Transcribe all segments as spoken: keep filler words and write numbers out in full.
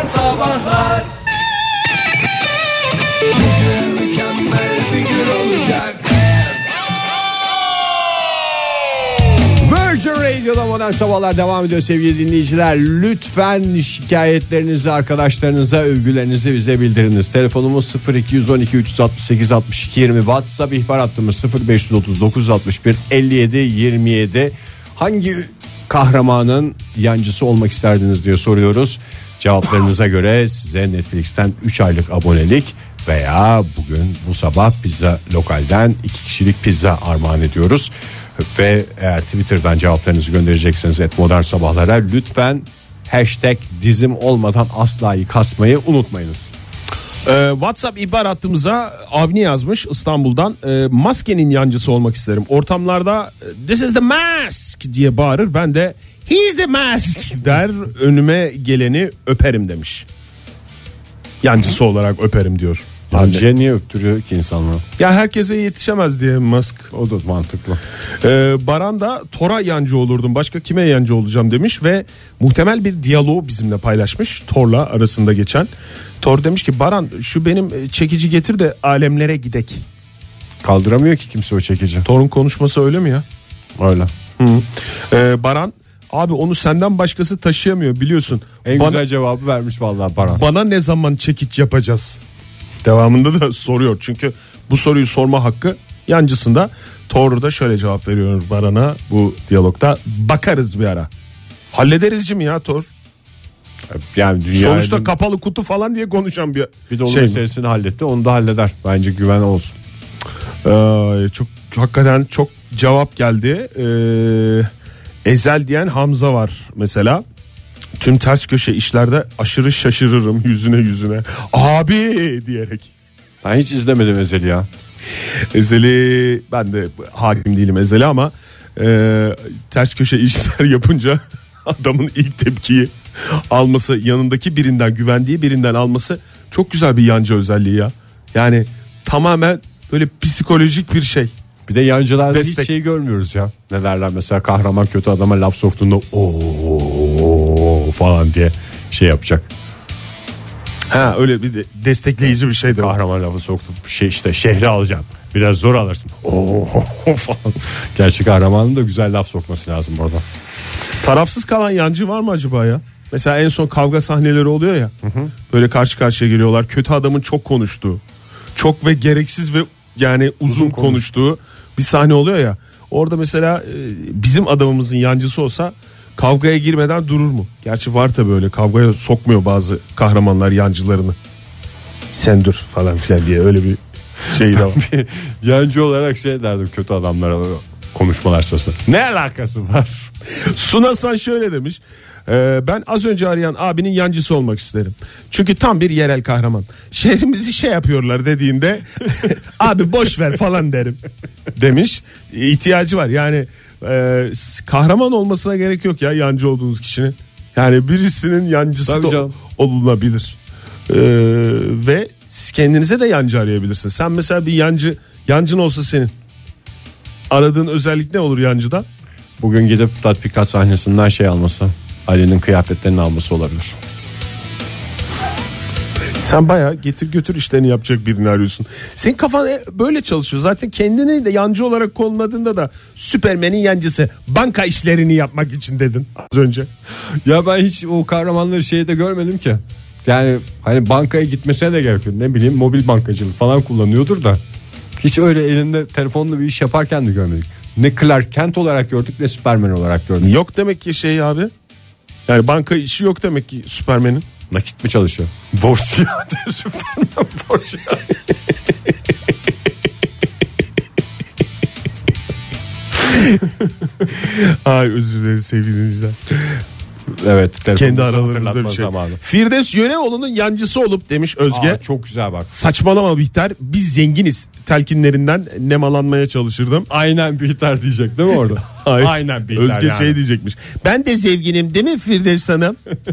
Sabahlar bugün mükemmel bir gün olacak. Virgin Radio'da Modern Sabahlar devam ediyor sevgili dinleyiciler. Lütfen şikayetlerinizi arkadaşlarınıza, övgülerinizi bize bildiriniz. Telefonumuz sıfır iki on iki üç altı sekiz altmış iki yirmi, WhatsApp ihbar hattımız sıfır beş otuz dokuz altmış bir elli yedi yirmi yedi. Hangi kahramanın yancısı olmak isterdiniz diye soruyoruz. Cevaplarınıza göre size Netflix'ten üç aylık abonelik veya bugün bu sabah Pizza Lokal'den iki kişilik pizza armağan ediyoruz. Ve eğer Twitter'dan cevaplarınızı gönderecekseniz et Modern Sabahlara lütfen hashtag dizim olmadan aslayı kasmayı unutmayınız. Ee, WhatsApp ihbar hattımıza Avni yazmış İstanbul'dan. Ee, maskenin yancısı olmak isterim. Ortamlarda "This is the mask" diye bağırır. Ben de "He's the mask" der, önüme geleni öperim demiş. Yancısı olarak öperim diyor. Yancıya niye öptürüyor ki insanlar? Ya herkese yetişemez diye Musk. O da mantıklı. Ee, Baran da Thor'a yancı olurdum, başka kime yancı olacağım demiş ve muhtemel bir diyaloğu bizimle paylaşmış Thor'la arasında geçen. Thor demiş ki Baran şu benim çekici getir de alemlere gidek. Kaldıramıyor ki kimse o çekici. Thor'un konuşması öyle mi ya? Öyle. Hı. Ee, Baran abi onu senden başkası taşıyamıyor biliyorsun. En bana, güzel cevabı vermiş vallahi Baran. Bana ne zaman çekiç yapacağız? Devamında da soruyor çünkü bu soruyu sorma hakkı yancısında. Thor da şöyle cevap veriyor Baran'a bu diyalogda: bakarız bir ara. Hallederiz mi ya Thor? Yani dünya sonuçta kapalı kutu falan diye konuşan bir bir de onun şey meselesini mi? halletti, onu da halleder. Bence güven olsun. Ee, çok hakikaten çok cevap geldi. Ee, Ezel diyen Hamza var mesela. Tüm ters köşe işlerde aşırı şaşırırım yüzüne yüzüne abi diyerek. Ben hiç izlemedim Ezel'i ya. Ezel'i ben de hakim değilim Ezel'i ama e, ters köşe işler yapınca adamın ilk tepkiyi alması, yanındaki birinden, güvendiği birinden alması çok güzel bir yancı özelliği ya. Yani tamamen böyle psikolojik bir şey. Bir de yancılarda Destek. hiç şey görmüyoruz ya. Ne derler mesela, kahraman kötü adama laf soktuğunda ooo falan diye şey yapacak. Ha öyle bir de destekleyici bir şeydir. Kahraman lafı soktu, şey işte şehri alacağım. Biraz zor alırsın. Oo falan. Gerçek kahramanın da güzel laf sokması lazım orada. Tarafsız kalan yancı var mı acaba ya? Mesela en son kavga sahneleri oluyor ya. Hı hı. Böyle karşı karşıya geliyorlar. Kötü adamın çok konuştuğu, çok ve gereksiz ve yani uzun, uzun konuştuğu bir sahne oluyor ya. Orada mesela bizim adamımızın yancısı olsa kavgaya girmeden durur mu? Gerçi var tabii öyle, kavgaya sokmuyor bazı kahramanlar yancılarını. Sen dur falan filan diye öyle bir şey de var. Yancı olarak şey derdim kötü adamlara konuşmalar sırasında. Ne alakası var? Sunasan şöyle demiş. Ee, ben az önce arayan abinin yancısı olmak isterim. Çünkü tam bir yerel kahraman. Şehrimizi şey yapıyorlar dediğinde abi boş ver falan derim demiş. İhtiyacı var yani e, kahraman olmasına gerek yok ya yancı olduğunuz kişinin. Yani birisinin yancısı da olunabilir. Ee, ve siz kendinize de yancı arayabilirsiniz. Sen mesela bir yancı, yancın olsa senin aradığın özellik ne olur yancıda? Bugün gidip tatbikat sahnesinden şey alması, Ali'nin kıyafetlerini alması olabilir. Sen bayağı getir götür işlerini yapacak birini arıyorsun. Senin kafan böyle çalışıyor. Zaten kendini de yancı olarak konumladığında da Süpermen'in yancısı, banka işlerini yapmak için dedin az önce. Ya ben hiç o kahramanları şeyde görmedim ki. Yani hani bankaya gitmesine de gerek yok. Ne bileyim mobil bankacılık falan kullanıyordur da. Hiç öyle elinde telefonla bir iş yaparken de görmedik. Ne Clark Kent olarak gördük ne Superman olarak gördük. Yok demek ki şey abi. Yani banka işi yok demek ki Superman'in. Nakit mi çalışıyor? Borç iade Superman borç iade. Ay özür dileriz sevgili dinleyiciler. Evet. Kendi aralarımızda bir şey. Zamanı. Firdevs Yöneoğlu'nun yancısı olup demiş Özge. Aa, çok güzel bak. Saçmalama Bihter, biz zenginiz telkinlerinden nemalanmaya çalışırdım. Aynen Bihter diyecek değil mi orada? Aynen Bihter. Özge yani. şey diyecekmiş. Ben de zevginim değil mi Firdevs Hanım?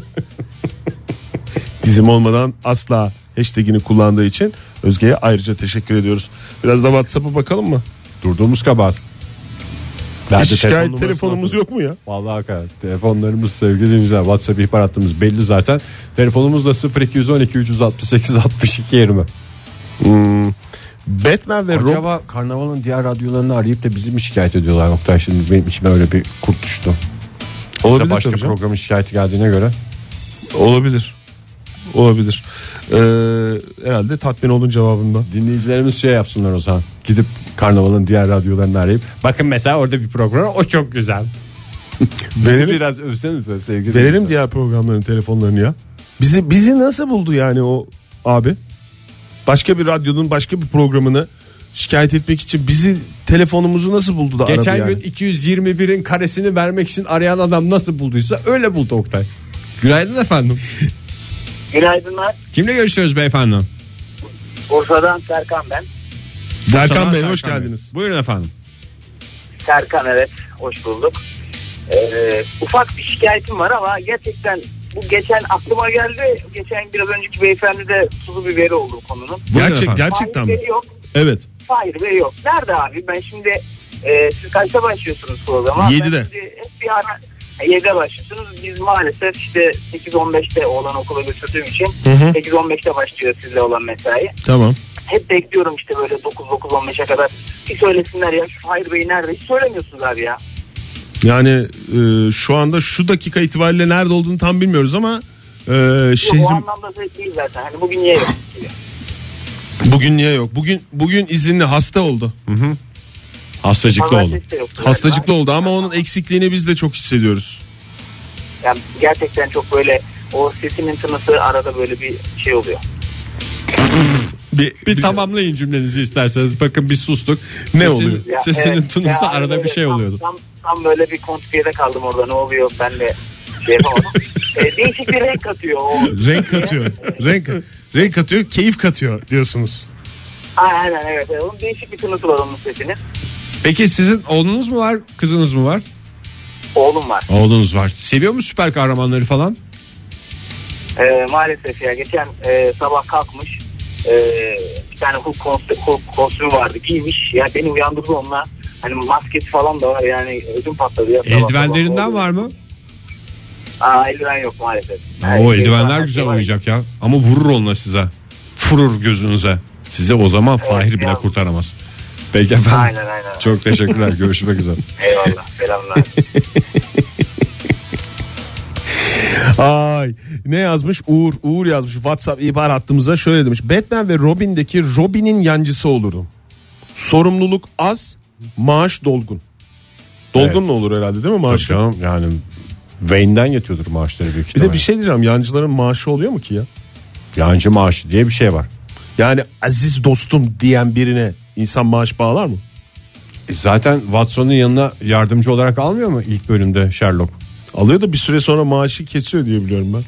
Dizim olmadan asla hashtagini kullandığı için Özge'ye ayrıca teşekkür ediyoruz. Biraz da WhatsApp'a bakalım mı? Durduğumuz kabahat. Ben de Hiç telefon şikayet numarasını telefonumuz hatırlıyorum. yok mu ya? Vallahi hakikaten telefonlarımız sevgili dinleyiciler, WhatsApp ihbar hattımız belli zaten. Telefonumuz da sıfır iki on iki üç altı sekiz altmış iki yirmi. Hmm. Batman ve Robin. Acaba Karnaval'ın diğer radyolarını arayıp da bizi mi şikayet ediyorlar Oktay? Şimdi benim içime öyle bir kurt düştü. Olabilir başka tabii canım. programın şikayeti geldiğine göre. Olabilir. Olabilir. Ee, herhalde tatmin olun cevabında. Dinleyicilerimiz şey yapsınlar o zaman. Gidip Karnaval'ın diğer radyolarını arayıp bakın mesela orada bir program, o çok güzel. Bizi Verelim, biraz övsenize sevgili. verelim dinleyiciler. diğer programların telefonlarını ya. Bizi bizi nasıl buldu yani o abi? Başka bir radyonun başka bir programını şikayet etmek için bizi, telefonumuzu nasıl buldu da Geçen aradı gün yani? iki yüz yirmi birin karesini vermek için arayan adam nasıl bulduysa öyle buldu Oktay. Günaydın efendim. Günaydınlar. Kimle görüşüyoruz beyefendi? Bursa'dan Serkan ben. Serkan Bey, Serkan hoş Bey. geldiniz. Buyurun efendim. Serkan, evet, hoş bulduk. Ee, ufak bir şikayetim var ama gerçekten bu geçen aklıma geldi. Geçen biraz önceki beyefendi de tuzu biberi oldu konunun. Buyurun Gerçek, efendim. gerçekten Fahir mi? Bey yok. Evet. Fahir Bey yok. Nerede abi? Ben şimdi e, siz kaçta başlıyorsunuz programa? Yedide. Ben şimdi hep bir ara yedide başlıyorsunuz. Biz maalesef işte sekiz on beşte oğlan okula götürdüğüm için Hı hı. sekiz on beşte başlıyor sizle olan mesai. Tamam. Hep bekliyorum işte böyle dokuz dokuz on beşe kadar. Bir söylesinler ya, şu Fahir Bey nerede? Hiç söylemiyorsunuz abi ya. Yani e, şu anda şu dakika itibariyle nerede olduğunu tam bilmiyoruz ama e, Yok, o şehrim anlamda değil zaten. Hani bugün niye yok? bugün niye yok? Bugün bugün izinli, hasta oldu. Hastacıklı oldu. Pazartesi de yoktu Hastacıklı galiba. oldu ama onun eksikliğini biz de çok hissediyoruz. Yani gerçekten çok böyle o sesinin tınısı arada böyle bir şey oluyor. Bir, Bir biz- tamamlayın cümlenizi isterseniz. Bakın biz sustuk. Ne Sesin- oluyor? Ya, Sesinin evet, tınısı ya, arada evet, bir şey tam- oluyordu. Tam, tam böyle bir kontriyede kaldım orada, ne oluyor ben de şey yapamadım. e, değişik bir renk katıyor o. renk katıyor. renk renk katıyor, keyif katıyor diyorsunuz. Aynen, evet. evet. Onun değişik bir tınısı var onun sesinin. Peki sizin oğlunuz mu var, kızınız mı var? Oğlum var. Oğlunuz var. Seviyor mu süper kahramanları falan? E, maalesef ya, geçen e, sabah kalkmış. E, bir tane Hulk kostü- Hulk kostümü vardı, giymiş. Ya beni uyandırdı onunla. Hani maskesi falan da var, yani ödüm patladı ya. Sabah Eldivenlerinden sabah. var mı? Aa, eldiven yok maalesef. Ha, Yani o şey eldivenler var, güzel şey var. oynayacak ya. Ama vurur onunla size. Vurur gözünüze. Size o zaman Fahir bile ya. kurtaramaz. Peki efendim. Aynen aynen. Çok teşekkürler. Görüşmek üzere. Eyvallah. Selamlar. Ay, ne yazmış? Uğur Uğur yazmış WhatsApp ihbar hattımıza, şöyle demiş: Batman ve Robin'deki Robin'in yancısı olurum. Sorumluluk az, maaş dolgun. Dolgun Evet. mu olur herhalde, değil mi Tabii maaşı? canım, yani Wayne'den yatıyordur maaşları büyük Bir ihtimalle. de bir şey diyeceğim, yancıların maaşı oluyor mu ki ya? Yancı maaşı diye bir şey var. Yani aziz dostum diyen birine insan maaş bağlar mı? E zaten Watson'un yanına yardımcı olarak almıyor mu ilk bölümde Sherlock? Alıyor da bir süre sonra maaşı kesiyor diye biliyorum ben.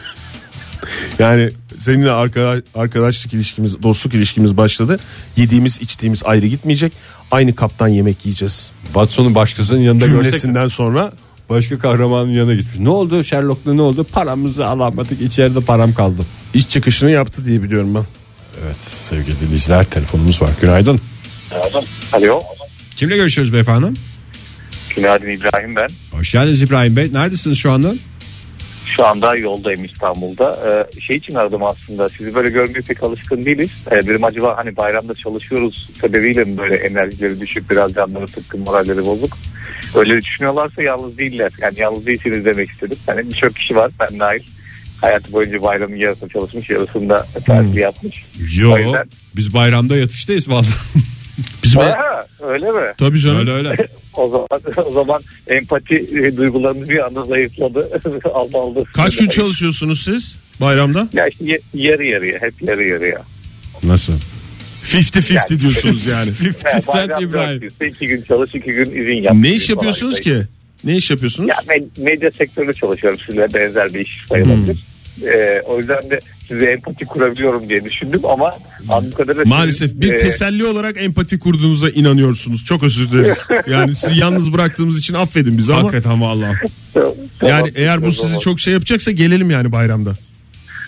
Yani seninle arkadaş, arkadaşlık ilişkimiz, dostluk ilişkimiz başladı. Yediğimiz içtiğimiz ayrı gitmeyecek. Aynı kaptan yemek yiyeceğiz Watson'u başkasının yanında görsek cümlesinden sonra başka kahramanın yanına gitmiş. Ne oldu Sherlock'la, ne oldu? Paramızı alamadık, içeride param kaldı. iş çıkışını yaptı diye biliyorum ben. Evet sevgili dinleyiciler, telefonumuz var. Günaydın. Alo. Kimle görüşüyoruz beyefendi? Günaydın, İbrahim ben. Hoş geldiniz İbrahim Bey. Neredesiniz şu anda? Şu anda yoldayım İstanbul'da. Ee, şey için aradım aslında. Sizi böyle görmeye pek alışkın değiliz. Ee, dedim acaba hani bayramda çalışıyoruz sebebiyle mi böyle enerjileri düşük, biraz canları tıkkın, moralleri bozuk? Öyle düşünüyorlarsa yalnız değiller. Yani yalnız değilsiniz demek istedim. Yani birçok kişi var, ben dahil. Hayatı boyunca bayramın yarısında çalışmış, yarısında tatil yapmış. Yo, O yüzden- biz bayramda yatıştayız vallahi. Bizim Ha, öyle mi? tabii canım. öyle öyle. O zaman o zaman empati e, duygularımız bir anda zayıfladı. aldı aldı. Kaç gün çalışıyorsunuz siz bayramda? Ya işte ye- yarı yarıya, hep yarı yarıya. Nasıl? elli elli Yani- diyorsunuz yani. Yani Sen bayram İbrahim. dört gün, iki gün çalış, iki gün izin yap. Ne iş falan yapıyorsunuz işte. ki? Ne iş yapıyorsunuz? Ya med- medya sektöründe çalışıyorum. Sizinle benzer bir iş sayılabilir. Ee, o yüzden de size empati kurabiliyorum diye düşündüm ama anladığım kadarıyla Maalesef sizin, bir e, teselli olarak empati kurduğunuza inanıyorsunuz. Çok özür dileriz. Yani sizi yalnız bıraktığımız için affedin bizi ama Hakikaten vallahi. tamam, yani eğer bu o sizi zaman. çok şey yapacaksa gelelim yani bayramda.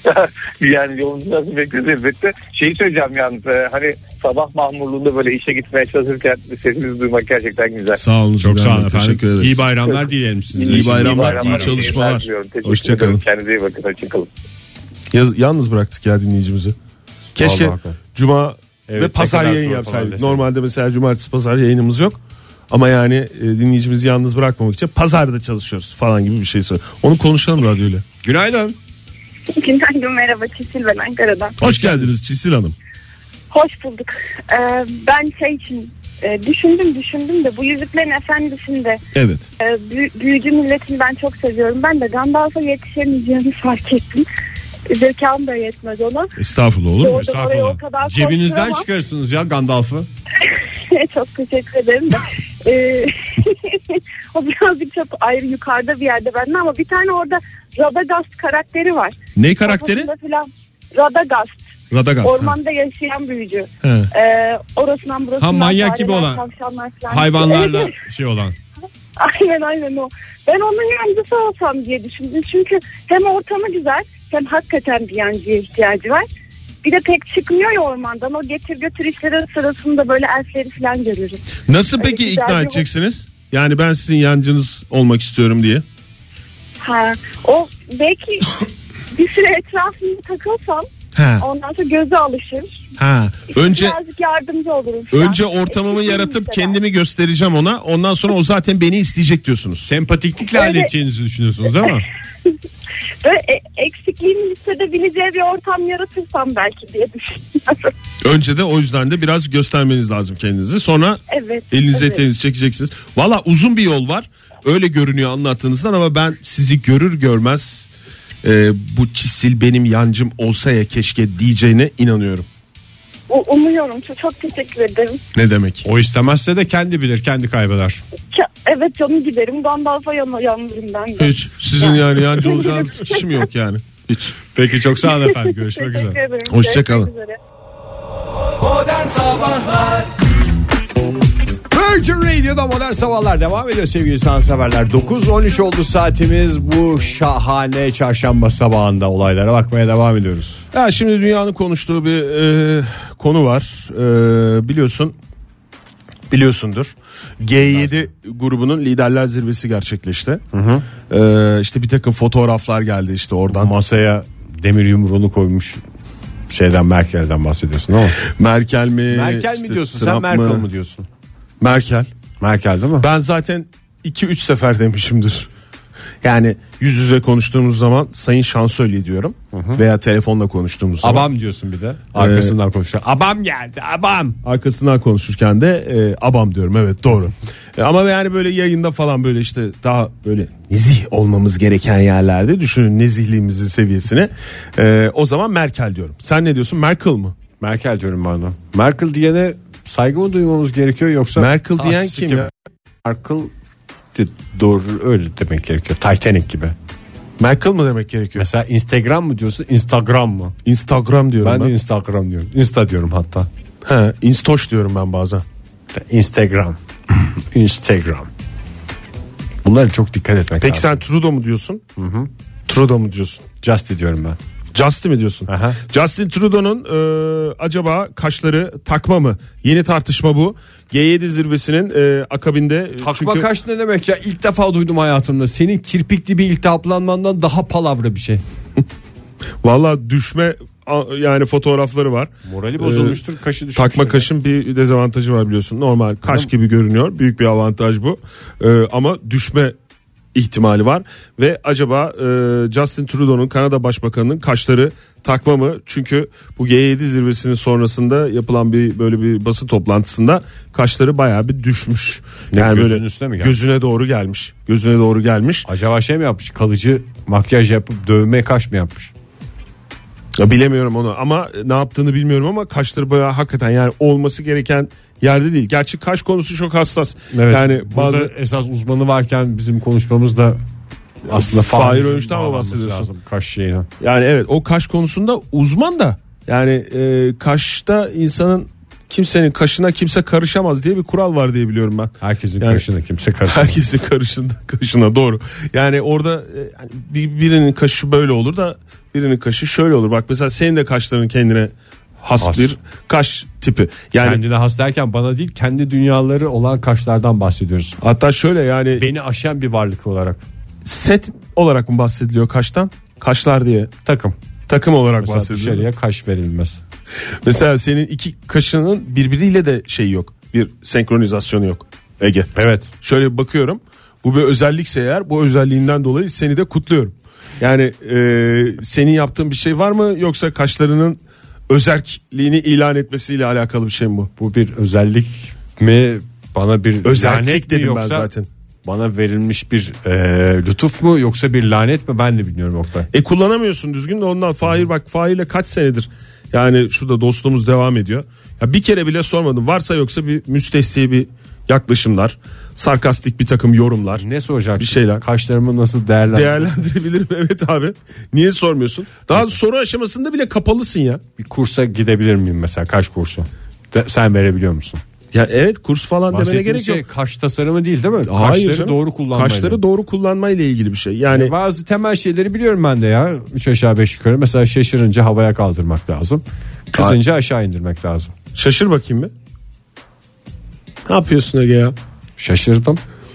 Yani yolunuz nasıl bekleriz elbette. Şeyi söyleyeceğim yalnız e, hani sabah mahmurluğunda böyle işe gitmeye çalışırken sesinizi duymak gerçekten güzel. Sağ olun. Çok sağ olun efendim. Teşekkür ederiz. İyi bayramlar dileyelim size. İyi bayramlar, iyi iyi çalışmalar. Hoşçakalın. Hoşçakalın. Kendinize iyi bakın. Hoşçakalın. Yaz, yalnız bıraktık ya dinleyicimizi. Keşke Vallahi hakikaten. Cuma Evet, ve ne pazar kadar yayın zor yapsaydık. falan deseydim. Normalde mesela cumartesi pazar yayınımız yok. Ama yani e, dinleyicimizi yalnız bırakmamak için pazarda çalışıyoruz falan gibi bir şey söyle. Onu konuşalım radyoyla. Günaydın. Günaydın, merhaba, Çisil ben Ankara'dan. Hoş geldiniz Çisil Hanım. Hoş bulduk. Ee, ben şey için e, düşündüm düşündüm de bu Yüzüklerin Efendisi'nde Evet. e, büyü- büyücü milletini ben çok seviyorum. Ben de Gandalf'a yetişemeyeceğimi fark ettim. Zekam da yetmez ona. Estağfurullah olur mu? Orada oraya o kadar Cebinizden koşturamam. çıkarırsınız ya Gandalf'ı. Çok teşekkür ederim de. Ee, o birazcık çok ayrı yukarıda bir yerde benden ama bir tane orada Radagast karakteri var. Ne karakteri? Kafasında Falan, Radagast. Radagast. Ormanda yaşayan büyücü. He. Ee, orasından burasından. Ha, manyak gibi fareler, olan. tavşanlar falan. Hayvanlarla Evet, şey olan. aynen aynen o. Ben onun yancısı olsam diye düşündüm. Çünkü hem ortamı güzel hem hakikaten bir yancıya ihtiyacı var. Bir de pek çıkmıyor ya ormandan. O getir götür işleri sırasında böyle elfleri falan görürüm. Nasıl Öyle peki güzel ikna bir- edeceksiniz? Yani ben sizin yancınız olmak istiyorum diye. Ha, o belki bir süre etrafında takılsam Ha. ondan sonra göze alışır. Ha. Önce Birazcık yardımcı olurum. falan. önce ortamımı Eksikliğim yaratıp mesela. kendimi göstereceğim ona. Ondan sonra o zaten beni isteyecek diyorsunuz. Sempatiklikle Evet. halledeceğinizi düşünüyorsunuz değil mi? Böyle e- eksikliğimi hissedebileceği bir ortam yaratırsam belki diye düşünüyorum. Önce de o yüzden de biraz göstermeniz lazım kendinizi. Sonra Evet. elinize evet. eteğinizi çekeceksiniz. Valla uzun bir yol var. Öyle görünüyor anlattığınızdan ama ben sizi görür görmez e, bu Çisil benim yancım olsa ya keşke diyeceğine inanıyorum. U- Umuyorum. Çok, çok teşekkür ederim. Ne demek? O istemezse de kendi bilir, kendi kaybeder. Ç- evet canım giderim. Gandalf'a yan- yanlarım ben de. Hiç sizin yani yancı olacağınız kişi mi yok yani? Hiç. Peki çok sağ olun efendim. Görüşmek Teşekkür üzere. ederim. Hoşça kalın. Görüşmek üzere. Modern Sabahlar Virgin Radio'da Modern Sabahlar devam ediyor sevgili sanatseverler. dokuz on üç oldu saatimiz, bu şahane çarşamba sabahında olaylara bakmaya devam ediyoruz. Ya şimdi dünyanın konuştuğu bir e, konu var. E, biliyorsun biliyorsundur. G yedi grubunun liderler zirvesi gerçekleşti. Hı hı. E, işte bir takım fotoğraflar geldi işte oradan. Masaya demir yumruğunu koymuş şeyden, Merkel'den bahsediyorsun ama. Merkel mi? Merkel işte mi diyorsun Trump sen, Merkel mı? mi diyorsun? Merkel. Merkel değil mi? Ben zaten iki üç sefer demişimdir. Yani yüz yüze konuştuğumuz zaman sayın şansölye diyorum. Veya telefonla konuştuğumuz zaman. Abam diyorsun bir de. Arkasından konuşuyor. Abam geldi, abam. Arkasından konuşurken de e, abam diyorum, evet doğru. E, ama yani böyle yayında falan böyle işte daha böyle nezih olmamız gereken yerlerde düşünün nezihliğimizin seviyesini. E, o zaman Merkel diyorum. Sen ne diyorsun, Merkel mı? Merkel diyorum ben de. Merkel diyene saygı mı duymamız gerekiyor yoksa? Merkel diyen artistik kim gibi? ya? Merkel de- doğru öyle demek gerekiyor. Titanic gibi. Merkel mı demek gerekiyor? Mesela Instagram mı diyorsun, Instagram mı? Instagram diyorum Ben ben. de Instagram diyorum. Insta diyorum hatta. He, Instoş diyorum ben bazen. Instagram. Instagram. Bunlara çok dikkat etmek Peki lazım. sen Trudeau mu diyorsun? Hı hı. Trudeau mu diyorsun? Just diyorum ben. Justin mi diyorsun? Aha. Justin Trudeau'nun e, acaba kaşları takma mı? Yeni tartışma bu. G yedi zirvesinin e, akabinde. Takma çünkü kaş ne demek ya? İlk defa duydum hayatımda. Senin kirpikli bir iltihaplanmandan daha palavra bir şey. valla düşme a- yani fotoğrafları var. Morali bozulmuştur, kaşı düşmüş. Takma kaşın bir dezavantajı var biliyorsun. Normal kaş gibi görünüyor. Büyük bir avantaj bu. E, ama düşme ihtimali var ve acaba e, Justin Trudeau'nun, Kanada Başbakanı'nın kaşları takma mı? Çünkü bu G yedi zirvesinin sonrasında yapılan bir böyle bir basın toplantısında kaşları bayağı bir düşmüş. Ne, Yani gözünün böyle üstüne mi gelmiş? gözüne doğru gelmiş. Gözüne doğru gelmiş. Acaba şey mi yapmış? Kalıcı makyaj yapıp dövme kaş mı yapmış? Ya bilemiyorum onu ama ne yaptığını bilmiyorum ama kaşları bayağı hakikaten yani olması gereken yerde değil. Gerçi kaş konusu çok hassas. Evet. Yani Bazı bazı esas uzmanı varken bizim konuşmamız da aslında Fahir Fahir'in Öğünç'ten mi bağlanması bahsediyorsun? lazım, kaş şeyine. yani evet o kaş konusunda uzman da yani e, kaşta insanın kimsenin kaşına kimse karışamaz diye bir kural var diye biliyorum ben. Herkesin Yani- kaşına kimse karışmaz. Herkesin karışında kaşına doğru. Yani orada e, yani bir- birinin kaşı böyle olur da birinin kaşı şöyle olur. Bak mesela senin de kaşların kendine has, Has. bir kaş tipi. Yani Kendine has derken bana değil, kendi dünyaları olan kaşlardan bahsediyoruz. hatta şöyle yani Beni aşan bir varlık olarak. set olarak mı bahsediliyor kaştan? Kaşlar diye Takım. takım olarak Mesela bahsediliyor. dışarıya kaş verilmez. Mesela senin iki kaşının birbiriyle de şey yok. Bir senkronizasyonu yok. Ege. Evet. Şöyle bir bakıyorum. Bu bir özellikse eğer, bu özelliğinden dolayı seni de kutluyorum. Yani e, senin yaptığın bir şey var mı, yoksa kaşlarının özerkliğini ilan etmesiyle alakalı bir şey mi bu? Bu bir özellik mi, bana bir Özellik lanet mi, dedim ben yoksa zaten. bana verilmiş bir e, lütuf mu, yoksa bir lanet mi, ben de bilmiyorum Oktay. E kullanamıyorsun düzgün de ondan. Fahir bak, Fahir'le kaç senedir yani şurada dostluğumuz devam ediyor. Ya bir kere bile sormadım. Varsa yoksa bir müstehsi bir yaklaşımlar, sarkastik bir takım yorumlar. Ne soracak? Bir şeyler. Kaşlarımı nasıl değerlendir? Değerlendirebilirim, evet abi. Niye sormuyorsun? Daha soru aşamasında bile kapalısın ya. Bir kursa gidebilir miyim mesela, kaş kursu? De- sen verebiliyor musun? Ya evet, kurs falan demene Bahsettiğimiz gerek şey yok. kaş tasarımı değil değil mi? Hayır Kaşları canım. doğru kullanmayla. Kaşları doğru kullanmayla ilgili bir şey. Yani Yani bazı temel şeyleri biliyorum ben de ya. Üç aşağı beş yukarı. Mesela şaşırınca havaya kaldırmak lazım. Kızınca aşağı indirmek lazım. şaşır bakayım bir. Ne yapıyorsun Ege ya? Şaşırdım.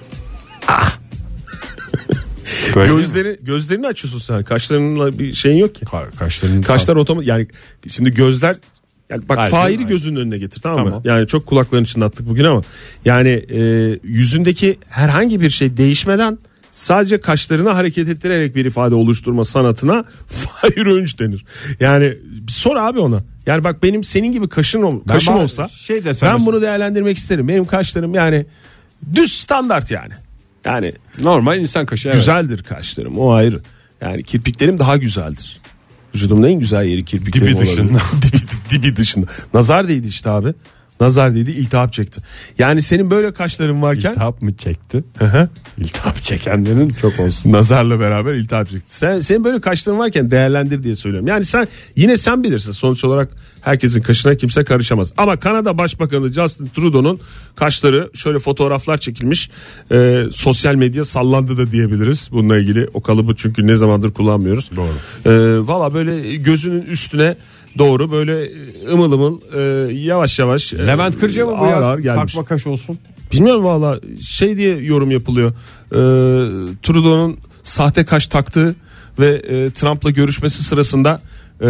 Böyle değil mi? Gözleri gözlerini açıyorsun sen. Kaşlarınla bir şeyin yok ki. Ka- kaşların Kaşlar otomatik, yani şimdi gözler, yani bak Hayır, Fahir'i hayır. gözünün önüne getir, tamam, mı? Tamam. Yani çok kulakların içinde attık bugün ama yani e, yüzündeki herhangi bir şey değişmeden sadece kaşlarını hareket ettirerek bir ifade oluşturma sanatına Fahir Öğünç denir. Yani bir sor abi ona. Yani bak benim senin gibi kaşın ol, Ben kaşım bana olsa şey desem ben mesela- bunu değerlendirmek isterim. Benim kaşlarım yani düz standart yani. Yani normal insan kaşı. Evet. güzeldir kaşlarım, o ayrı. Yani kirpiklerim daha güzeldir. Vücudumun en güzel yeri kirpiklerim Dibi olabilir. dışında. dibi, dibi dışında. Nazar değdi işte abi. Nazar değdi, iltihap çekti. Yani senin böyle kaşların varken İltihap mı çekti? Hı hı. İltihap çekenlerin çok olsun. nazarla beraber iltihap çekti. Sen, senin böyle kaşların varken değerlendir diye söylüyorum. Yani sen yine sen bilirsin. Sonuç olarak herkesin kaşına kimse karışamaz. Ama Kanada Başbakanı Justin Trudeau'nun kaşları, şöyle fotoğraflar çekilmiş. Ee, sosyal medya sallandı da diyebiliriz bununla ilgili. O kalıbı çünkü ne zamandır kullanmıyoruz. Doğru. Ee, Valla böyle gözünün üstüne doğru böyle ımıl ımıl e, yavaş yavaş. e, Levent Kırca mı bu ağır ya? ağır gelmiş. Takma kaş olsun. Bilmiyorum valla, şey diye yorum yapılıyor. Ee, Trudeau'nun sahte kaş taktığı ve e, Trump'la görüşmesi sırasında e,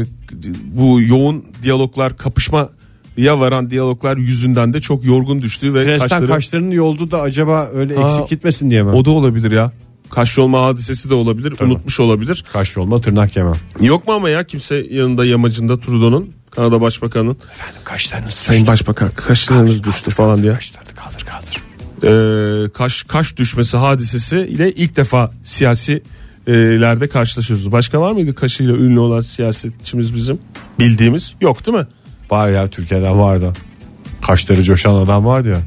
bu yoğun diyaloglar, kapışmaya varan diyaloglar yüzünden de çok yorgun düştüğü ve Stresten kaşları... kaşlarının yoldu da acaba öyle Ha, eksik gitmesin diye mi? O da olabilir ya. Kaş yolma hadisesi de olabilir. Tabii. Unutmuş olabilir. Kaş yolma, tırnak yemem. Yok mu ama ya kimse yanında, yamacında Trudeau'nun, Kanada Başbakanı'nın, Efendim kaşlarınız Sayın Başbakan kaşlarınız düştü falan diye. Kaşlarını kaldır kaldır. Ee, kaş kaş düşmesi hadisesi ile ilk defa siyasilerde karşılaşıyoruz. Başka var mıydı kaşıyla ünlü olan siyasetçimiz bizim bildiğimiz? Yok değil mi? Var ya, Türkiye'den vardı. Kaşları coşan adam vardı ya.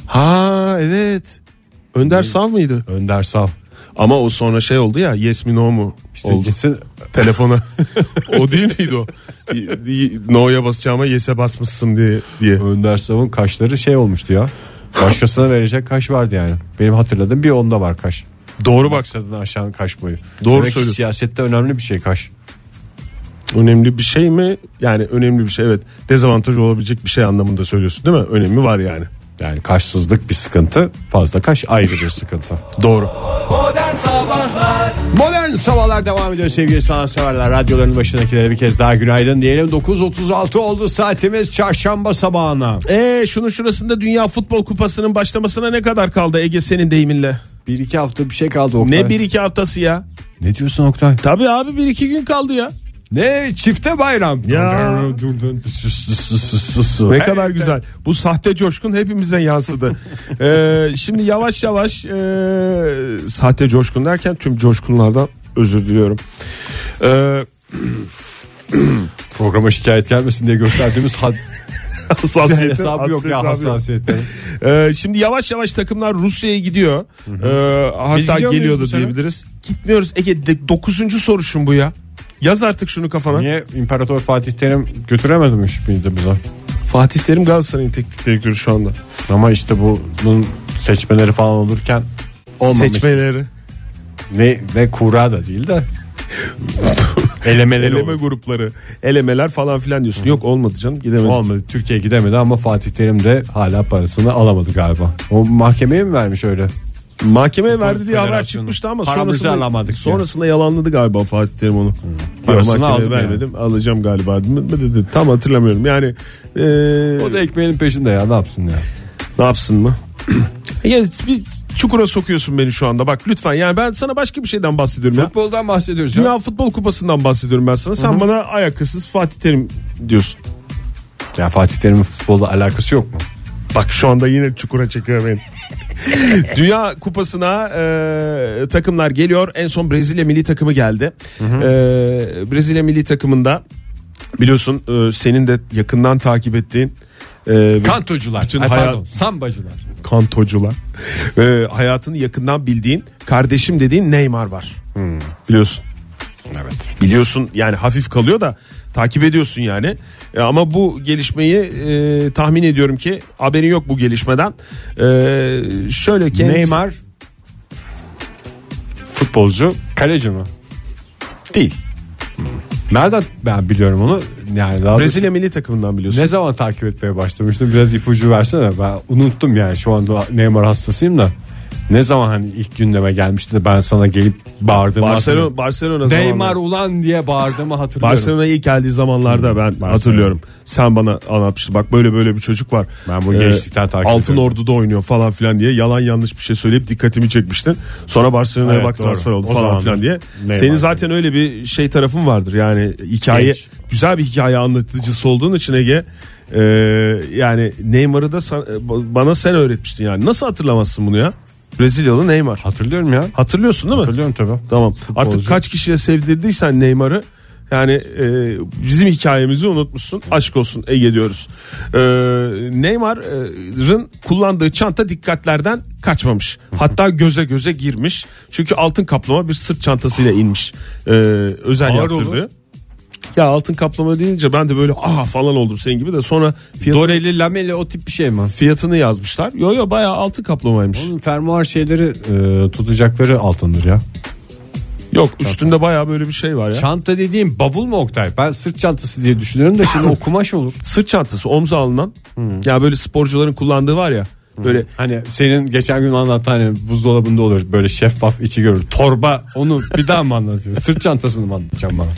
Ha evet. Önder Sav mıydı? Önder Sav. Ama o sonra şey oldu ya, yes mi no mu İşte oldu gitsin. telefona. O değil miydi o? No'ya basacağıma yes'e basmışsın diye diye. Önder Sav'ın kaşları şey olmuştu ya. Başkasına verecek kaş vardı yani. Benim hatırladığım bir onda var kaş. Doğru bak. Maksadını aşan kaş boyu. Doğru Demek ki söylüyorsun. siyasette önemli bir şey kaş. Önemli bir şey mi? Yani önemli bir şey, evet. Dezavantaj olabilecek bir şey anlamında söylüyorsun değil mi? Önemi var yani. Yani kaşsızlık bir sıkıntı, fazla kaş ayrı bir sıkıntı. Doğru. Modern Sabahlar Modern Sabahlar devam ediyor sevgili sanatseverler. Radyoların başındakilere bir kez daha günaydın diyelim. dokuz otuz altı oldu saatimiz, çarşamba sabahına. Ee, şunun şurasında Dünya Futbol Kupası'nın başlamasına ne kadar kaldı Ege, senin deyiminle? Bir iki hafta bir şey kaldı Oktay. Ne bir iki haftası ya? Ne diyorsun Oktay? Tabii abi, bir iki gün kaldı ya. Ne çifte bayram. Ya. Ne kadar güzel. Bu sahte coşkun hepimize yansıdı. Ee, şimdi yavaş yavaş e, sahte coşkun derken tüm coşkunlardan özür diliyorum. Ee, Programa şikayet gelmesin diye gösterdiğimiz had hassasiyeti, hesabı yok ya, hesabı yok. hassasiyeti. Ee, şimdi yavaş yavaş takımlar Rusya'ya gidiyor. Ee, hatta gidiyor muyuz bu geliyordu sene? diyebiliriz. Gitmiyoruz Ege, de, dokuzuncu soruşun bu ya. Yaz artık şunu kafana. Niye İmparator Fatih Terim götürememiş miydi bize? Fatih Terim Galatasaray'ın teknik direktörü şu anda. Ama işte bunun seçmeleri falan olurken olmamış. Seçmeleri. Ne, ne kura da değil de elemeleri Eleme olur. grupları, elemeler falan filan diyorsun. Hı. Yok olmadı canım, gidemedik. Olmadı. Türkiye gidemedi ama Fatih Terim de hala parasını alamadı galiba. O mahkemeye mi vermiş öyle? Mahkemeye verdi diye haber Federasyonu. çıkmıştı ama Paramızı sonrasında, alamadık sonrasında yalanladı galiba Fatih Terim onu. Hmm. Parasını Mahkemeye aldım vermedim yani. Alacağım galiba dedi. Tam hatırlamıyorum yani. Ee, o da ekmeğinin peşinde ya, ne yapsın ya. Ne yapsın mı? Ya bir çukura sokuyorsun beni şu anda. Bak lütfen, yani ben sana başka bir şeyden bahsediyorum ya. Futboldan bahsediyoruz Dünya ya. Futbol Kupası'ndan bahsediyorum ben sana. Sen Hı-hı. bana ayakkabısız Fatih Terim diyorsun. Ya Fatih Terim'in futbolla alakası yok mu? Bak şu anda yine çukura çekiyor beni. Dünya Kupası'na e, takımlar geliyor. En son Brezilya milli takımı geldi. E, Brezilya milli takımında biliyorsun e, senin de yakından takip ettiğin e, kantocular, bütün Ay, hayat, pardon, sambacılar, kantocular, e, hayatını yakından bildiğin, kardeşim dediğin Neymar var. Hmm. Biliyorsun. Evet. Biliyorsun yani, hafif kalıyor da takip ediyorsun yani. E, ama bu gelişmeyi e, tahmin ediyorum ki haberin yok bu gelişmeden. E, şöyle kendisi... Neymar futbolcu, kaleci mi? Değil. Nereden ben biliyorum onu? Yani daha Brezilya milli takımından biliyorsun. Ne zaman takip etmeye başlamıştım? Biraz ipucu versene. Ben unuttum yani, şu anda Neymar hastasıyım da. Ne zaman hani ilk gündeme gelmişti de ben sana gelip bağırdığımı Barcelona, Barcelona Neymar zamanlar. ulan diye bağırdığımı hatırlıyorum. Barcelona'ya ilk geldiği zamanlarda ben Barcelona. hatırlıyorum. Sen bana anlatmıştın. Bak böyle böyle bir çocuk var. Ben bu gençlikten ee, takip Altın ediyorum. Ordu'da oynuyor falan filan diye yalan yanlış bir şey söyleyip dikkatimi çekmiştin. Sonra Barcelona'ya evet, bak doğru. transfer oldu o falan filan diye. Neymar Senin zaten öyle bir şey tarafın vardır. Yani hikaye, Genç. güzel bir hikaye anlatıcısı olduğun için Ege. Ee, yani Neymar'ı da san, bana sen öğretmiştin yani. Nasıl hatırlamazsın bunu ya? Brezilyalı Neymar. Hatırlıyorum ya. Hatırlıyorsun değil mi? Hatırlıyorum tabii. Tamam. Futbolcu. Artık kaç kişiye sevdirdiysen Neymar'ı, yani e, bizim hikayemizi unutmuşsun. Aşk olsun Ege diyoruz. E, Neymar'ın kullandığı çanta dikkatlerden kaçmamış. Hatta göze göze girmiş. Çünkü altın kaplama bir sırt çantasıyla inmiş. E, özel Ağır yaptırdığı. olur. Ya altın kaplama deyince ben de böyle aha falan oldum senin gibi de, sonra fiyatını, Doreli, lameli o tip bir şey mi? Fiyatını yazmışlar. Yo yo bayağı altın kaplamaymış. Onun fermuar şeyleri e, tutacakları altındır ya. Yok çanta. Üstünde bayağı böyle bir şey var ya. Çanta dediğim bavul mu Oktay? Ben sırt çantası diye düşünüyorum da şimdi o kumaş olur. Sırt çantası, omza alınan. Hmm. Ya böyle sporcuların kullandığı var ya. Böyle hani senin geçen gün anlattığın hani buzdolabında olur böyle şeffaf içi görür. Torba, onu bir daha mı anlatıyorsun? Sırt çantasını mı anlatacağım bana?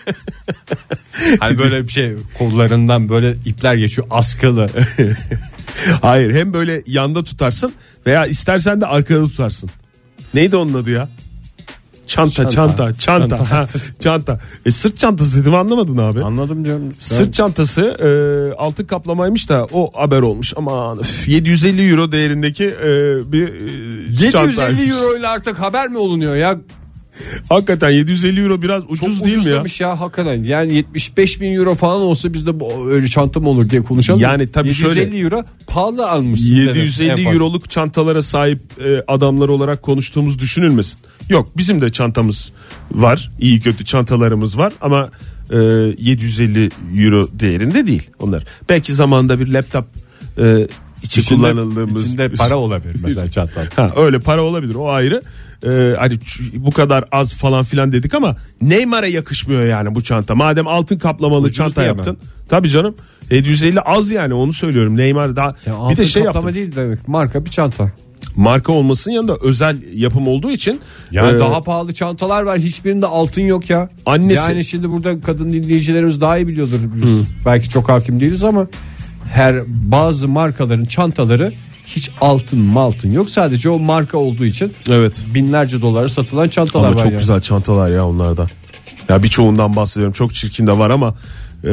Hani böyle bir şey, kollarından böyle ipler geçiyor, askılı. Hayır, hem böyle yanda tutarsın veya istersen de arkada tutarsın. Neydi onun adı ya? Çanta, çanta, çanta, çanta. çanta. Ha, çanta. E, sırt çantası dedim, anlamadın abi. Anladım diyorum. Sırt çantası e, altın kaplamaymış da o haber olmuş. Aman yedi yüz elli euro değerindeki e, bir e, yedi yüz elli euro ile artık haber mi olunuyor ya? Hakikaten yedi yüz elli euro biraz ucuz çok değil mi ya? Çok ya hakikaten. Yani yetmiş beş bin euro falan olsa biz de öyle çanta mı olur diye konuşalım. Yani tabii yedi yüz elli şöyle. euro pahalı almışsın. yedi yüz elli euroluk çantalara sahip e, adamlar olarak konuştuğumuz düşünülmesin. Yok, bizim de çantamız var. İyi kötü çantalarımız var ama e, yedi yüz elli euro değerinde değil onlar. Belki zamanında bir laptop e, içi içinde, kullanıldığımız. İçinde para olabilir mesela çanta. Ha, öyle para olabilir, o ayrı. Ee, hani bu kadar az falan filan dedik ama Neymar'a yakışmıyor yani bu çanta. Madem altın kaplamalı ucuz çanta yaptın. Tabii canım. yedi yüz elli az yani, onu söylüyorum. Neymar daha ya bir de şey yaptım. Değil demek. Marka bir çanta. Marka olmasının yanında özel yapım olduğu için yani e, daha pahalı çantalar var. Hiçbirinde altın yok ya. Annesi. Yani şimdi burada kadın dinleyicilerimiz daha iyi biliyordur. Biz hmm. belki çok hakim değiliz ama her bazı markaların çantaları hiç altın maltın yok, sadece o marka olduğu için evet, binlerce dolara satılan çantalar ama var. Ama çok yani. Güzel çantalar ya onlarda. Ya birçoğundan bahsediyorum. Çok çirkin de var ama ee,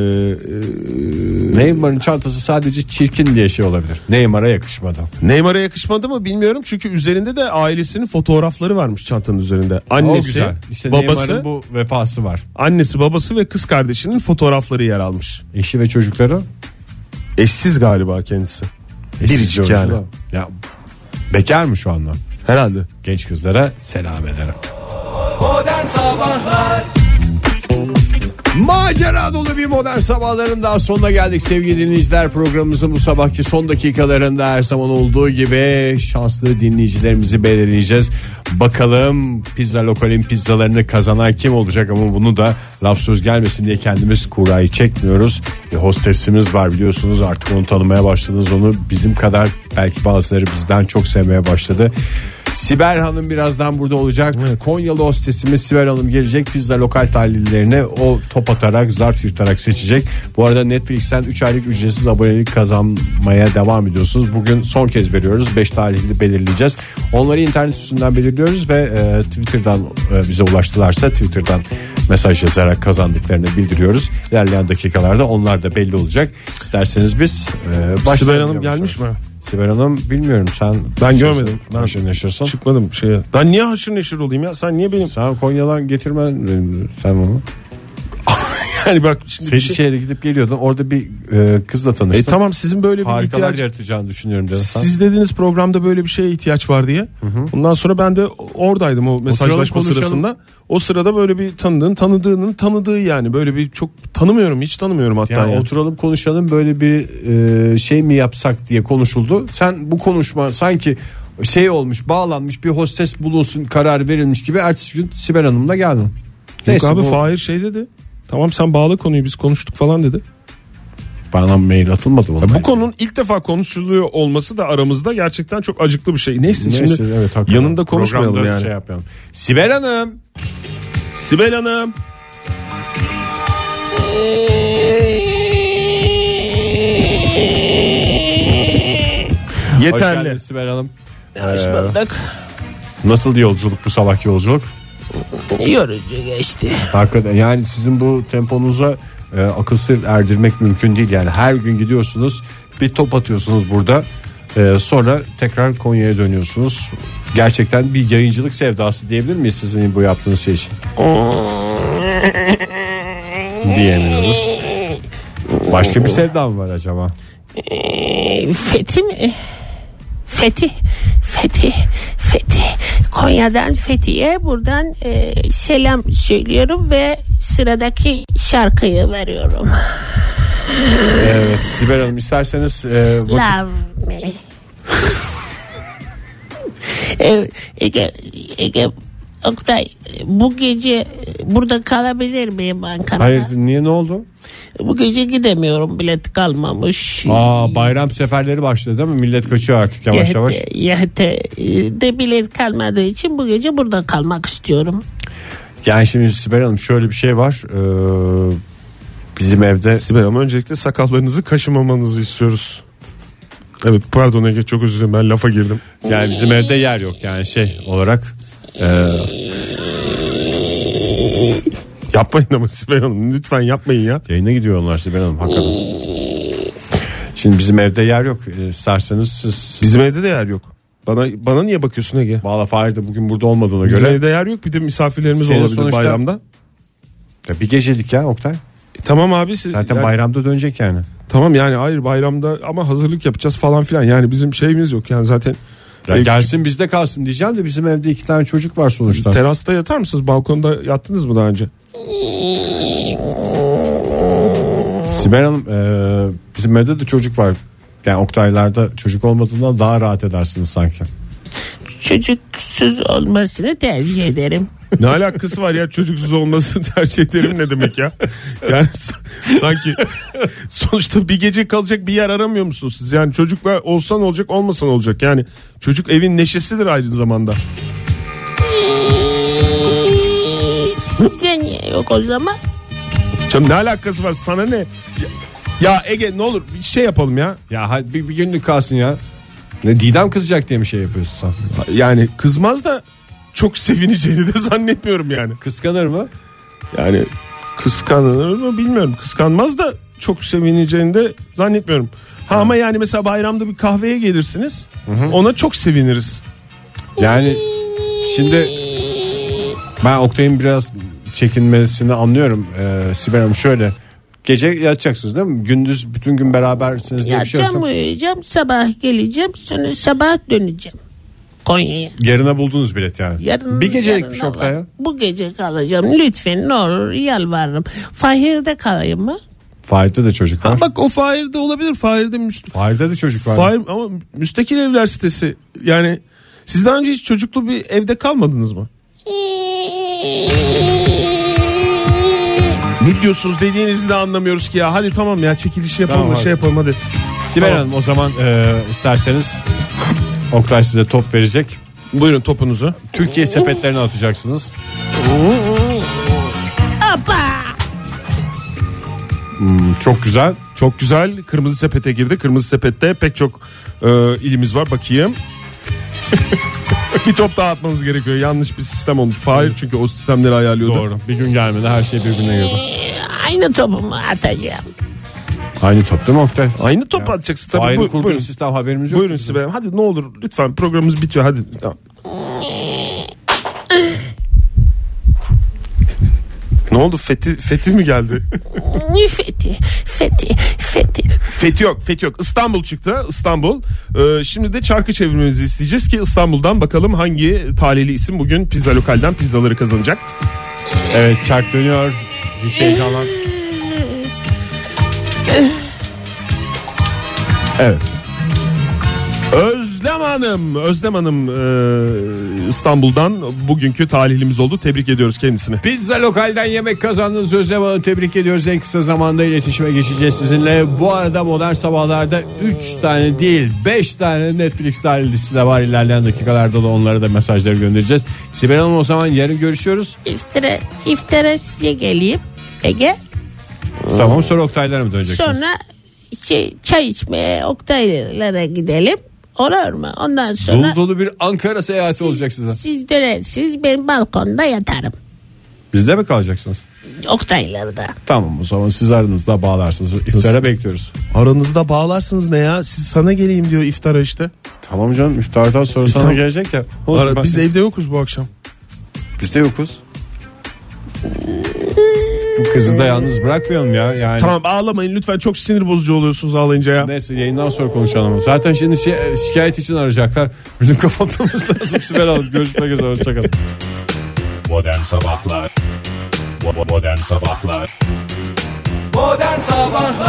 Neymar'ın çantası sadece çirkin diye şey olabilir. Neymar'a yakışmadı. Neymar'a yakışmadı mı bilmiyorum, çünkü üzerinde de ailesinin fotoğrafları varmış çantanın üzerinde. Annesi, işte babası, Neymar'ın bu vefası var. Annesi, babası ve kız kardeşinin fotoğrafları yer almış. Eşi ve çocukları? Eşsiz galiba kendisi. Biricik yani. Ya bekar mı şu anda? Herhalde. Genç kızlara selam ederim. Modern Sabahlar. Macera dolu bir modern sabahların daha sonuna geldik sevgili dinleyiciler. Programımızın bu sabahki son dakikalarında her zaman olduğu gibi şanslı dinleyicilerimizi belirleyeceğiz. Bakalım pizza lokalin pizzalarını kazanan kim olacak, ama bunu da laf söz gelmesin diye kendimiz kurayı çekmiyoruz. Bir hostesimiz var biliyorsunuz, artık onu tanımaya başladınız, onu bizim kadar belki bazıları bizden çok sevmeye başladı. Sibel Hanım birazdan burada olacak. Evet. Konyalı hostesimiz Sibel Hanım gelecek. Pizza lokal tahlillerini o top atarak, zarf yırtarak seçecek. Bu arada Netflix'ten üç aylık ücretsiz abonelik kazanmaya devam ediyorsunuz. Bugün son kez veriyoruz. beş tahlili belirleyeceğiz. Onları internet üstünden belirliyoruz ve e, Twitter'dan e, bize ulaştılarsa Twitter'dan mesaj yazarak kazandıklarını bildiriyoruz. İlerleyen dakikalarda onlar da belli olacak. İsterseniz biz e, Sibel Hanım gelmiş mi? Sibel Hanım bilmiyorum, sen ben görmedim. Ben haşır neşirsin. Çıkmadım şeye. Ben niye haşır neşir olayım ya? Sen niye benim? Sen Konya'dan getirmen sen onu. Yani bak şimdi Seydişehir'e şey... gidip geliyordun. Orada bir e, kızla tanıştın. E tamam, sizin böyle bir harikalar ihtiyaç yaratacağını düşünüyorum dedim. Siz dediniz programda böyle bir şeye ihtiyaç var diye. Hı hı. Ondan sonra ben de oradaydım o mesajlaşma sırasında. O sırada böyle bir tanıdığın tanıdığının tanıdığı, yani böyle bir çok tanımıyorum, hiç tanımıyorum hatta. Yani yani. Oturalım konuşalım, böyle bir e, şey mi yapsak diye konuşuldu. Sen bu konuşma sanki şey olmuş, bağlanmış, bir hostes bulunsun karar verilmiş gibi ertesi gün Sibel Hanım'la geldin. Yok Neyse, abi bu... Fahir şey dedi. Tamam sen bağla konuyu, biz konuştuk falan dedi. Bana mail atılmadı ya bu konunun ilk defa konuşuluyor olması da aramızda gerçekten çok acıklı bir şey. Neyse, Neyse şimdi evet, yanında konuşmayalım programda yani. Şey yapalım. Sibel Hanım. Sibel Hanım. Yeterli. Hoş geldiniz Sibel Hanım. Hoş bulduk. Ee, nasıl yolculuk, bu sabahki yolculuk? Yorucu geçti. Hakikaten yani sizin bu temponuza e, akıl sır erdirmek mümkün değil. Yani her gün gidiyorsunuz, bir top atıyorsunuz burada, e, sonra tekrar Konya'ya dönüyorsunuz. Gerçekten bir yayıncılık sevdası diyebilir miyiz sizin bu yaptığınız şey için? Diyemiyoruz. Başka bir sevda mı var acaba? Fethi mi? Fethi. Fethi. Fethi. Konya'dan Fethi'ye buradan e, selam söylüyorum ve sıradaki şarkıyı veriyorum. Evet Sibel Hanım, isterseniz e, vakit... Love me. e, Ege, Ege Oktay, bu gece burada kalabilir miyim Ankara'da? Hayır, niye, ne oldu? Bu gece gidemiyorum, bilet kalmamış. Aa, bayram seferleri başladı değil mi? Millet kaçıyor artık yavaş Yahte, yavaş. Yahte de bilet kalmadığı için bu gece burada kalmak istiyorum. Yani şimdi Sibel Hanım şöyle bir şey var. Ee, bizim evde... Sibel Hanım, öncelikle sakallarınızı kaşımamanızı istiyoruz. Evet pardon Ege, çok özür dilerim, ben lafa girdim. Yani bizim evde yer yok yani şey olarak. E... Yapmayın ama Sibel Hanım, lütfen yapmayın ya. Yayına gidiyor onlar Sibel Hanım hakikaten. Şimdi bizim evde yer yok. İsterseniz siz... Bizim evde de yer yok. Bana bana niye bakıyorsun Ege? Valla Fahir de bugün burada olmadığına bizim göre. Bizim evde yer yok, bir de misafirlerimiz Senin olabilir sonuçta... bayramda. Ya bir gecelik ya Oktay. E, tamam abi. Siz, zaten yani... bayramda dönecek yani. Tamam yani hayır bayramda ama hazırlık yapacağız falan filan. Yani bizim şeyimiz yok yani zaten. Ya gelsin küçük... bizde kalsın diyeceğim de bizim evde iki tane çocuk var sonuçta. Terasta yatar mısınız? Balkonda yattınız mı daha önce? Sibel Hanım e, bizim evde de çocuk var. Yani Oktaylarda çocuk olmadığından daha rahat edersiniz sanki. Çocuksuz olmasını tercih ederim. Ne alakası var ya, çocuksuz olmasını tercih ederim ne demek ya? Yani sanki sonuçta bir gece kalacak bir yer aramıyor musunuz siz? Yani çocuklar olsan olacak, olmasan olacak. Yani çocuk evin neşesidir aynı zamanda. Sizde niye yok o zaman? Canım ne alakası var, sana ne? Ya, ya Ege ne olur bir şey yapalım ya. Ya hadi bir, bir günlük kalsın ya. Ne Didem kızacak diye bir şey yapıyorsun sen? Yani kızmaz da çok sevineceğini de zannetmiyorum yani. Kıskanır mı? Yani kıskanır mı bilmiyorum. Kıskanmaz da çok sevineceğini de zannetmiyorum. Ha, ha. Ama yani mesela bayramda bir kahveye gelirsiniz. Hı hı. Ona çok seviniriz. Yani şimdi ben Oktay'ın biraz çekinmesini anlıyorum. Ee, Sibel Hanım şöyle. Gece yatacaksınız değil mi? Gündüz bütün gün berabersiniz diye bir şey yok. Yatacağım, uyuyacağım, sabah geleceğim, sonra sabah döneceğim. Konya'ya. Yarına buldunuz bilet yani. Yarın, bir gecelikmiş yarın Oktay var. ya. Bu gece kalacağım. Lütfen ne olur yalvarırım. Fahir'de kalayım mı? Fahir'de de çocuk var. Ha, bak o Fahir'de olabilir. Fahir'de müst- Fahir'de de çocuk var. Fahir ama müstakil evler sitesi. Yani siz daha önce hiç çocuklu bir evde kalmadınız mı? Ne diyorsunuz dediğinizi de anlamıyoruz ki ya. Hadi tamam ya, çekilişi yapalım Tamam, da şey hadi. yapalım hadi. Sibel Tamam. Hanım o zaman e, isterseniz Oktay size top verecek. Buyurun topunuzu. Türkiye sepetlerine atacaksınız. Hoppa! Hmm, çok güzel. Çok güzel. Kırmızı sepete girdi. Kırmızı sepette pek çok e, ilimiz var. Bakayım. Bir top daha atmanız gerekiyor. Yanlış bir sistem olmuş. Fahir çünkü o sistemleri ayarlıyordu. Doğru. Bir gün gelmedi her şey birbirine girdi. Aynı topumu atacağım. Aynı top değil mi Oktay? Aynı top atacaksın tabii. Fahir'in Bu- kurduğu buyurun. sistem haberimiz yok. Buyurun Sibel Hanım. Hadi ne olur lütfen, programımız bitiyor. Hadi. Tamam. Ne oldu? Fethi, Fethi mi geldi? Fethi, Fethi, Fethi. Fethi yok, Fethi yok. İstanbul çıktı. İstanbul. Ee, şimdi de çarkı çevirmenizi isteyeceğiz ki İstanbul'dan bakalım hangi talihli isim bugün pizza lokalden pizzaları kazanacak. Evet, çark dönüyor. Hiç heyecanlan. Evet. Özlem Hanım, Özlem Hanım e, İstanbul'dan bugünkü talihlimiz oldu. Tebrik ediyoruz kendisini. Pizza lokalden yemek kazandınız Özlem Hanım, tebrik ediyoruz. En kısa zamanda iletişime geçeceğiz sizinle. Bu arada Modern Sabahlar'da üç tane değil beş tane Netflix talihlisi de var. İlerleyen dakikalarda da onlara da mesajları göndereceğiz. Sibel Hanım o zaman yarın görüşüyoruz. İftara, iftara size geleyim. Ege. Tamam, sonra Oktay'lara mı döneceksiniz? Sonra şey, çay içmeye Oktay'lara gidelim. Olur mu? Ondan sonra Dolu dolu bir Ankara seyahati olacak size. siz dönersiniz, ben balkonda yatarım. Bizde mi kalacaksınız? Oktay'larda. Tamam, o zaman siz aranızda bağlarsınız. İftara bekliyoruz. Aranızda bağlarsınız ne ya? Siz sana geleyim diyor iftara işte. Tamam canım, iftardan sonra sana tamam. gelecek ya. Olsun, Ara, ben- biz evde yokuz bu akşam. Biz de yokuz. Bu kızı da yalnız bırakmayalım ya. Yani. Tamam ağlamayın lütfen, çok sinir bozucu oluyorsunuz ağlayınca ya. Neyse, yayından sonra konuşalım. Zaten şimdi şey, şikayet için arayacaklar. Bizim kapatmamız lazım. Sibel Hanım, görüşmek üzere, hoşçakalın. Modern Sabahlar Bo- Modern Sabahlar Modern Sabahlar